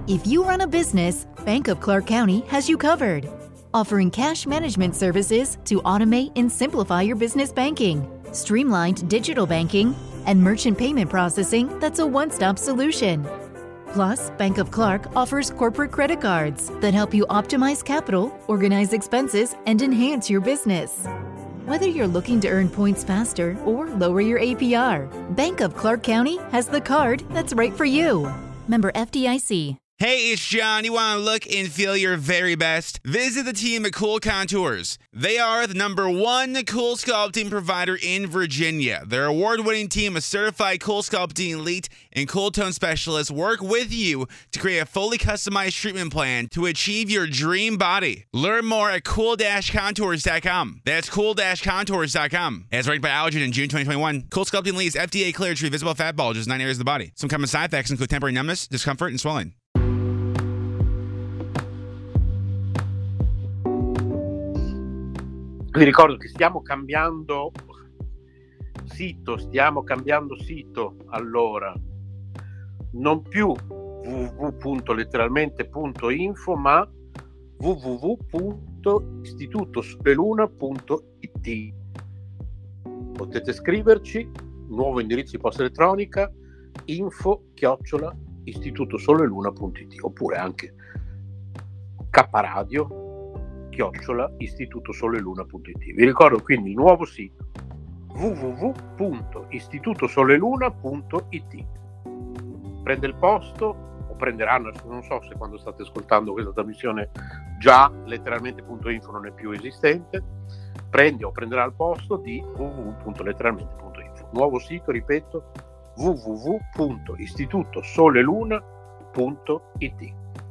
If you run a business, Bank of Clark County has you covered. Offering cash management services to automate and simplify your business banking, streamlined digital banking, and merchant payment processing that's a one-stop solution. Plus, Bank of Clark offers corporate credit cards that help you optimize capital, organize expenses, and enhance your business. Whether you're looking to earn points faster or lower your APR, Bank of Clark County has the card that's right for you. Member FDIC. Hey, it's John. You want to look and feel your very best? Visit the team at Cool Contours. They are the #1 cool sculpting provider in Virginia. Their award-winning team of certified cool sculpting elite and cool tone specialists work with you to create a fully customized treatment plan to achieve your dream body. Learn more at cool-contours.com. That's cool-contours.com. As ranked by Allergen in June 2021, Cool Sculpting Elite is FDA cleared to treat visible fat bulges in 9 areas of the body. Some common side effects include temporary numbness, discomfort, and swelling. Vi ricordo che stiamo cambiando sito, allora non più www.letteralmente.info ma www.istitutosoleluna.it. Potete scriverci, nuovo indirizzo di posta elettronica info@istitutosoleluna.it oppure anche kradio @istitutosoleluna.it. Vi ricordo quindi il nuovo sito www.istitutosoleluna.it. Prende il posto o prenderanno, non so se quando state ascoltando questa trasmissione già letteralmente.info non è più esistente, prende o prenderà il posto di www.letteralmente.info. Nuovo sito, ripeto, www.istitutosoleluna.it.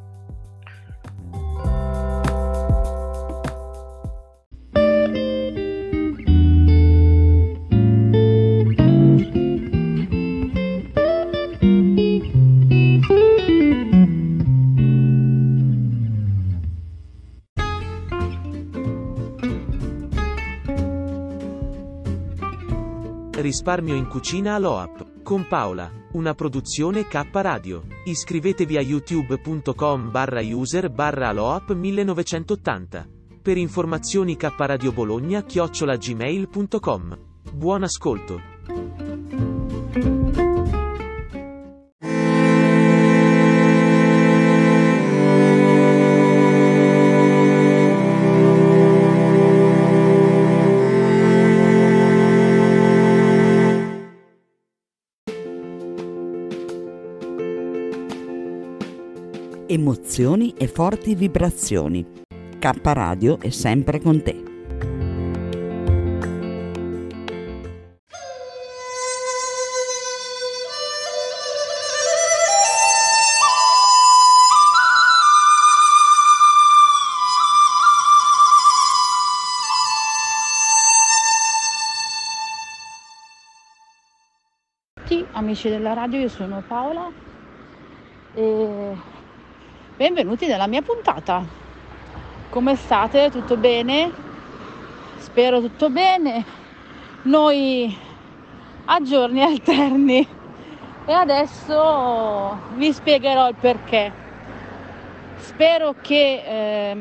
Risparmio in cucina all'OAP con Paola, una produzione K Radio. Iscrivetevi a youtube.com/user/aloap 1980. Per informazioni kradiobologna@gmail.com. Buon ascolto. Emozioni e forti vibrazioni. K Radio è sempre con te. Amici della radio, io sono Paola e benvenuti nella mia puntata. Come state? Tutto bene? Spero tutto bene. Noi a giorni alterni e adesso vi spiegherò il perché. Spero che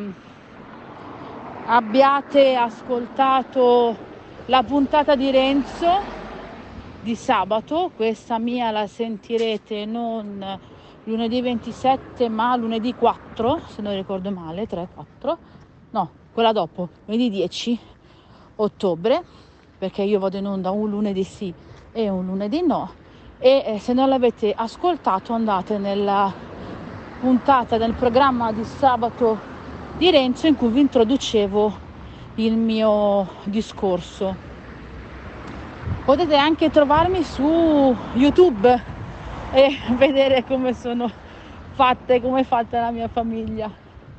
abbiate ascoltato la puntata di Renzo di sabato. Questa mia la sentirete non lunedì 27 ma lunedì 4, se non ricordo male, 3-4, no, quella dopo, lunedì 10 ottobre, perché io vado in onda un lunedì sì e un lunedì no, e se non l'avete ascoltato andate nella puntata del programma di sabato di Renzo in cui vi introducevo il mio discorso. Potete anche trovarmi su YouTube e vedere come sono fatte, come è fatta la mia famiglia.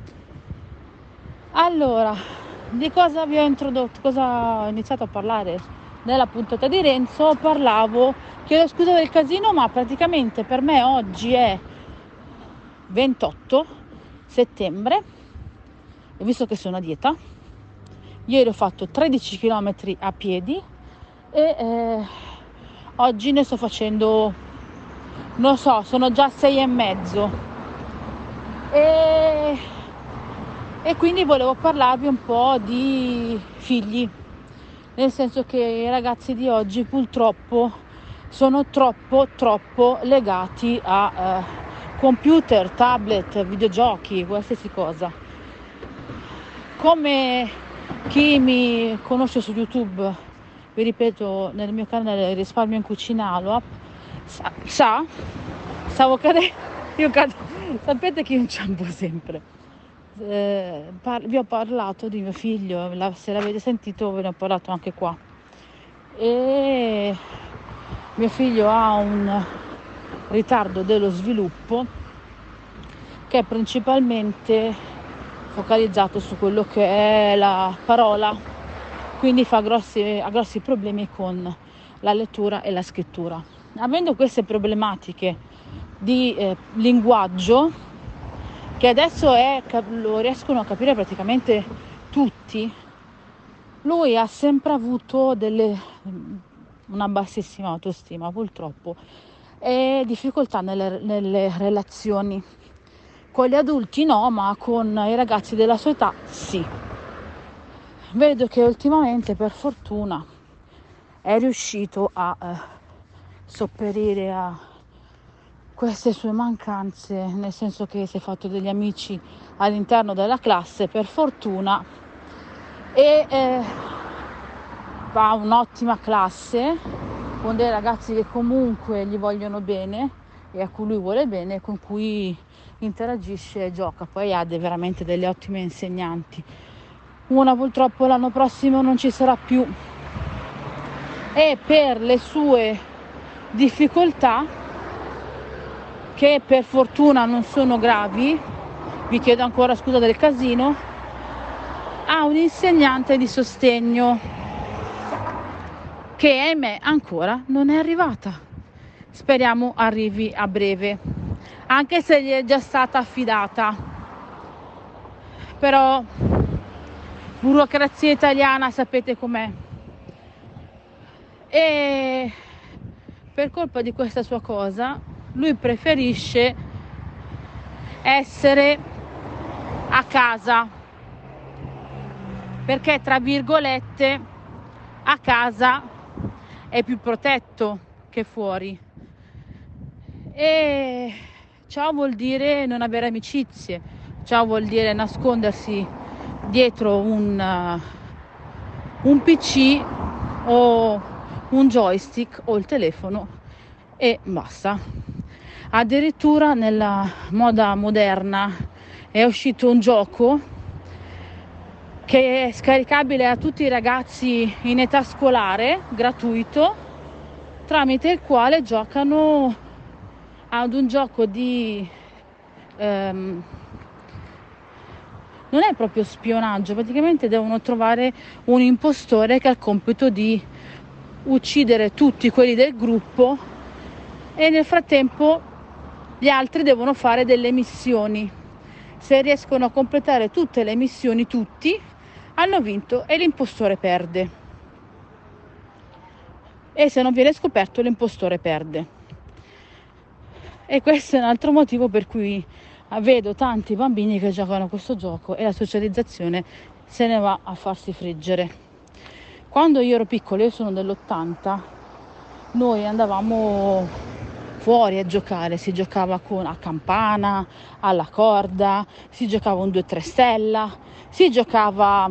Allora, di cosa vi ho introdotto, cosa ho iniziato a parlare nella puntata di Renzo? Parlavo, chiedo scusa del casino, ma praticamente per me oggi è 28 settembre e visto che sono a dieta, ieri ho fatto 13 km a piedi e oggi ne sto facendo, non so, sono già 6,5. e quindi volevo parlarvi un po' di figli, nel senso che i ragazzi di oggi purtroppo sono troppo legati a computer, tablet, videogiochi, qualsiasi cosa. Come chi mi conosce su YouTube, vi ripeto, nel mio canale Risparmio in Cucina Aloap, sapete che io inciampo sempre. Vi ho parlato di mio figlio, se l'avete sentito ve ne ho parlato anche qua, e mio figlio ha un ritardo dello sviluppo che è principalmente focalizzato su quello che è la parola, quindi ha grossi problemi con la lettura e la scrittura. Avendo queste problematiche di linguaggio, che adesso lo riescono a capire praticamente tutti, lui ha sempre avuto una bassissima autostima purtroppo e difficoltà nelle relazioni. Con gli adulti no, ma con i ragazzi della sua età sì. Vedo che ultimamente, per fortuna, è riuscito a sopperire a queste sue mancanze, nel senso che si è fatto degli amici all'interno della classe, per fortuna, e fa un'ottima classe con dei ragazzi che comunque gli vogliono bene e a cui lui vuole bene, con cui interagisce e gioca. Poi ha veramente delle ottime insegnanti. Una purtroppo l'anno prossimo non ci sarà più, e per le sue difficoltà, che per fortuna non sono gravi, vi chiedo ancora scusa del casino, ha un insegnante di sostegno che ahimè ancora non è arrivata. Speriamo arrivi a breve, anche se gli è già stata affidata. Però burocrazia italiana sapete com'è, e per colpa di questa sua cosa lui preferisce essere a casa, perché tra virgolette a casa è più protetto che fuori, e ciò vuol dire non avere amicizie, ciò vuol dire nascondersi dietro un PC o un joystick o il telefono e basta. Addirittura nella moda moderna è uscito un gioco che è scaricabile a tutti i ragazzi in età scolare, gratuito, tramite il quale giocano ad un gioco di non è proprio spionaggio, praticamente devono trovare un impostore che ha il compito di uccidere tutti quelli del gruppo, e nel frattempo gli altri devono fare delle missioni. Se riescono a completare tutte le missioni, tutti hanno vinto e l'impostore perde, e se non viene scoperto l'impostore perde. E questo è un altro motivo per cui vedo tanti bambini che giocano a questo gioco e la socializzazione se ne va a farsi friggere. Quando io ero piccola, io sono dell'80, noi andavamo fuori a giocare, si giocava a campana, alla corda, si giocava un 2-3 stella, si giocava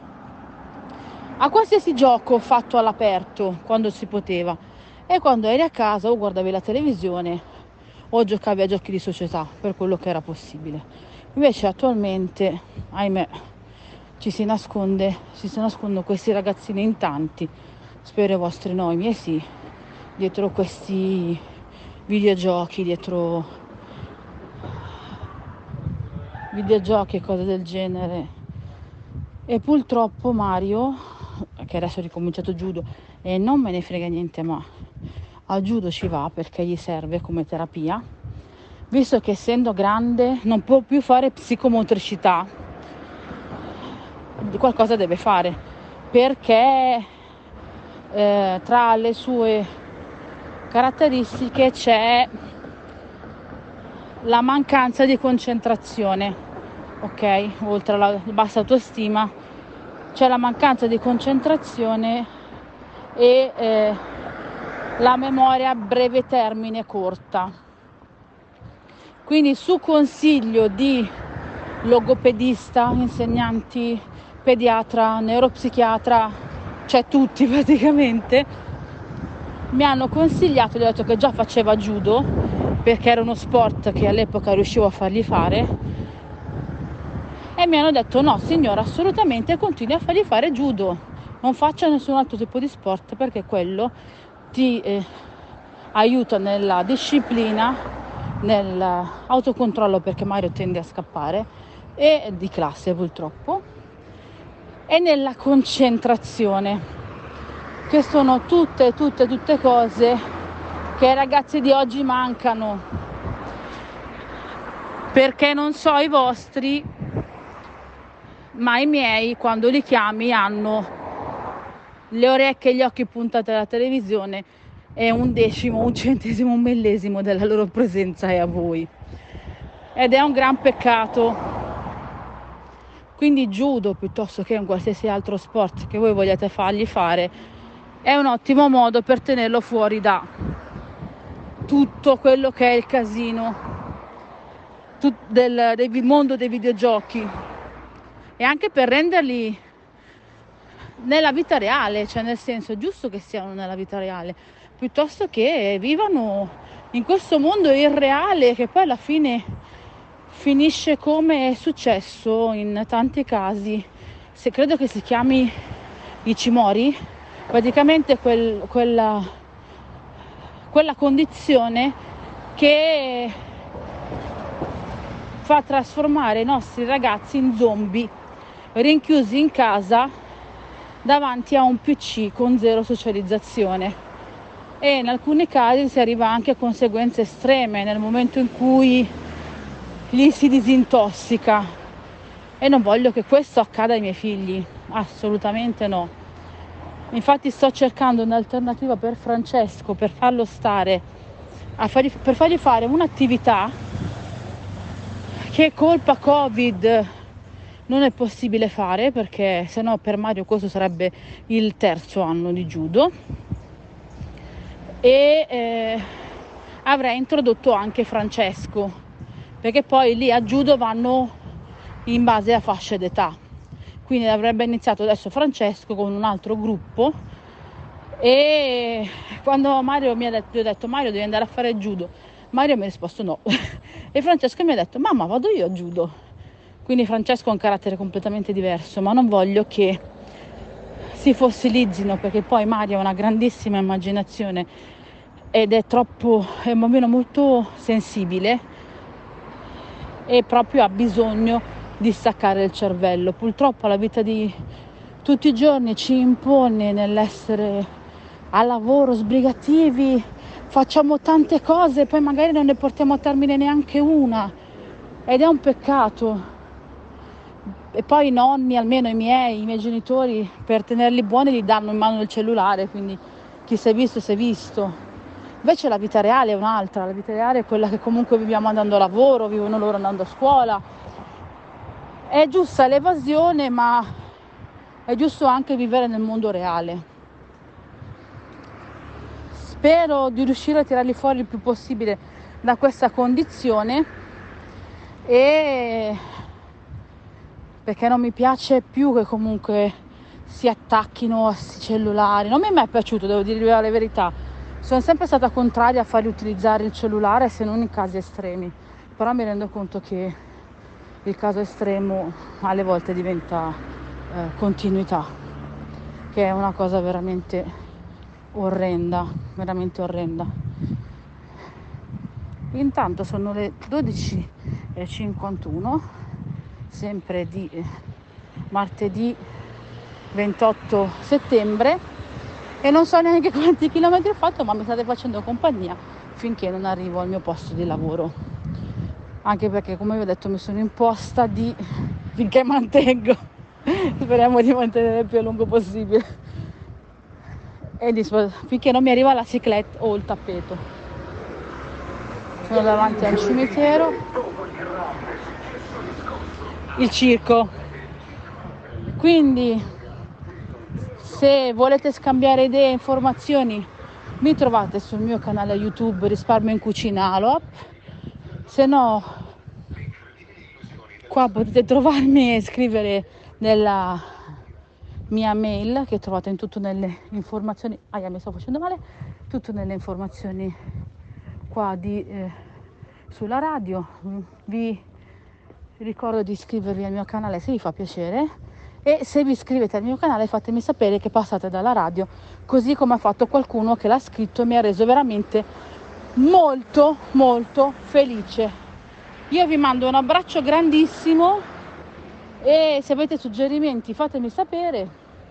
a qualsiasi gioco fatto all'aperto quando si poteva, e quando eri a casa o guardavi la televisione o giocavi a giochi di società per quello che era possibile. Invece attualmente, ahimè, ci si nascondono questi ragazzini in tanti, spero i vostri no, i miei sì, dietro questi videogiochi, dietro videogiochi e cose del genere. E purtroppo Mario, che adesso ha ricominciato judo e non me ne frega niente, ma al judo ci va perché gli serve come terapia, visto che essendo grande non può più fare psicomotricità, qualcosa deve fare, perché tra le sue caratteristiche c'è la mancanza di concentrazione, ok? Oltre alla bassa autostima c'è la mancanza di concentrazione e la memoria a breve termine corta. Quindi su consiglio di logopedista, insegnanti, pediatra, neuropsichiatra, cioè tutti praticamente, mi hanno consigliato, gli ho detto che già faceva judo, perché era uno sport che all'epoca riuscivo a fargli fare, e mi hanno detto no signora, assolutamente continui a fargli fare judo, non faccia nessun altro tipo di sport, perché quello ti aiuta nella disciplina, nell'autocontrollo, perché Mario tende a scappare, e di classe purtroppo, e nella concentrazione, che sono tutte cose che ai ragazzi di oggi mancano, perché non so i vostri, ma i miei quando li chiami hanno le orecchie e gli occhi puntati alla televisione e un decimo, un centesimo, un millesimo della loro presenza è a voi, ed è un gran peccato. Quindi judo, piuttosto che un qualsiasi altro sport che voi vogliate fargli fare, è un ottimo modo per tenerlo fuori da tutto quello che è il casino del mondo dei videogiochi, e anche per renderli nella vita reale, cioè nel senso, è giusto che siano nella vita reale, piuttosto che vivano in questo mondo irreale che poi alla fine finisce come è successo in tanti casi, credo che si chiami Ichimori, praticamente quella condizione che fa trasformare i nostri ragazzi in zombie, rinchiusi in casa davanti a un PC con zero socializzazione, e in alcuni casi si arriva anche a conseguenze estreme nel momento in cui gli si disintossica, e non voglio che questo accada ai miei figli, assolutamente no. Infatti sto cercando un'alternativa per Francesco, per farlo stare, per fargli fare un'attività che colpa Covid non è possibile fare, perché sennò per Mario questo sarebbe il 3° anno di judo, e avrei introdotto anche Francesco, perché poi lì a judo vanno in base a fasce d'età, quindi avrebbe iniziato adesso Francesco con un altro gruppo, e quando Mario mi ha detto, gli ho detto Mario devi andare a fare judo, Mario mi ha risposto no e Francesco mi ha detto mamma vado io a judo, quindi Francesco ha un carattere completamente diverso, ma non voglio che si fossilizzino, perché poi Mario ha una grandissima immaginazione ed è un bambino molto sensibile e proprio ha bisogno di staccare il cervello. Purtroppo la vita di tutti i giorni ci impone nell'essere a lavoro sbrigativi, facciamo tante cose, poi magari non ne portiamo a termine neanche una, ed è un peccato. E poi i nonni, almeno i miei genitori, per tenerli buoni gli danno in mano il cellulare, quindi chi si è visto si è visto. Invece la vita reale è un'altra, la vita reale è quella che comunque viviamo andando a lavoro, vivono loro andando a scuola. È giusta l'evasione, ma è giusto anche vivere nel mondo reale. Spero di riuscire a tirarli fuori il più possibile da questa condizione, e perché non mi piace più che comunque si attacchino a questi cellulari. Non mi è mai piaciuto, devo dire la verità. Sono sempre stata contraria a farli utilizzare il cellulare se non in casi estremi, però mi rendo conto che il caso estremo alle volte diventa continuità, che è una cosa veramente orrenda, veramente orrenda. Intanto sono le 12:51, sempre di martedì 28 settembre, e non so neanche quanti chilometri ho fatto, ma mi state facendo compagnia finché non arrivo al mio posto di lavoro, anche perché, come vi ho detto, mi sono imposta finché mantengo, speriamo di mantenere il più a lungo possibile, e finché non mi arriva la ciclette o il tappeto. Sono davanti al cimitero. Il circo. Quindi se volete scambiare idee e informazioni mi trovate sul mio canale YouTube Risparmio in Cucina Aloap. Se no, qua potete trovarmi e scrivere nella mia mail che trovate in tutto nelle informazioni. Mi sto facendo male. Tutto nelle informazioni qua sulla radio. Vi ricordo di iscrivervi al mio canale se vi fa piacere. E se vi iscrivete al mio canale fatemi sapere che passate dalla radio, così come ha fatto qualcuno che l'ha scritto e mi ha reso veramente molto molto felice. Io vi mando un abbraccio grandissimo e se avete suggerimenti fatemi sapere,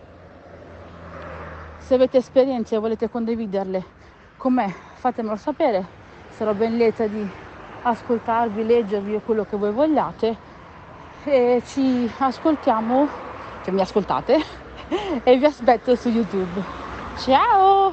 se avete esperienze e volete condividerle con me fatemelo sapere, sarò ben lieta di ascoltarvi, leggervi o quello che voi vogliate, e ci ascoltiamo, che mi ascoltate, e vi aspetto su YouTube. Ciao!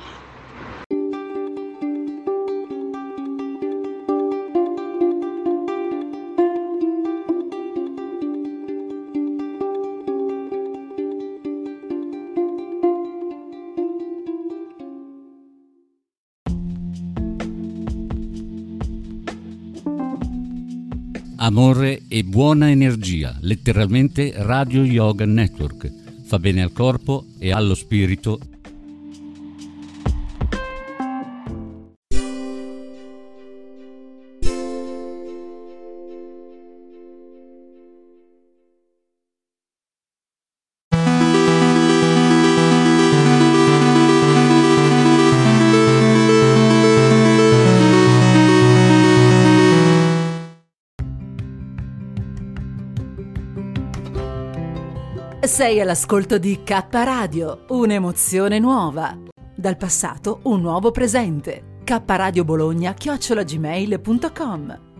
Amore e buona energia, letteralmente Radio Yoga Network. Fa bene al corpo e allo spirito. Sei all'ascolto di K Radio, un'emozione nuova. Dal passato un nuovo presente. kradiobologna@gmail.com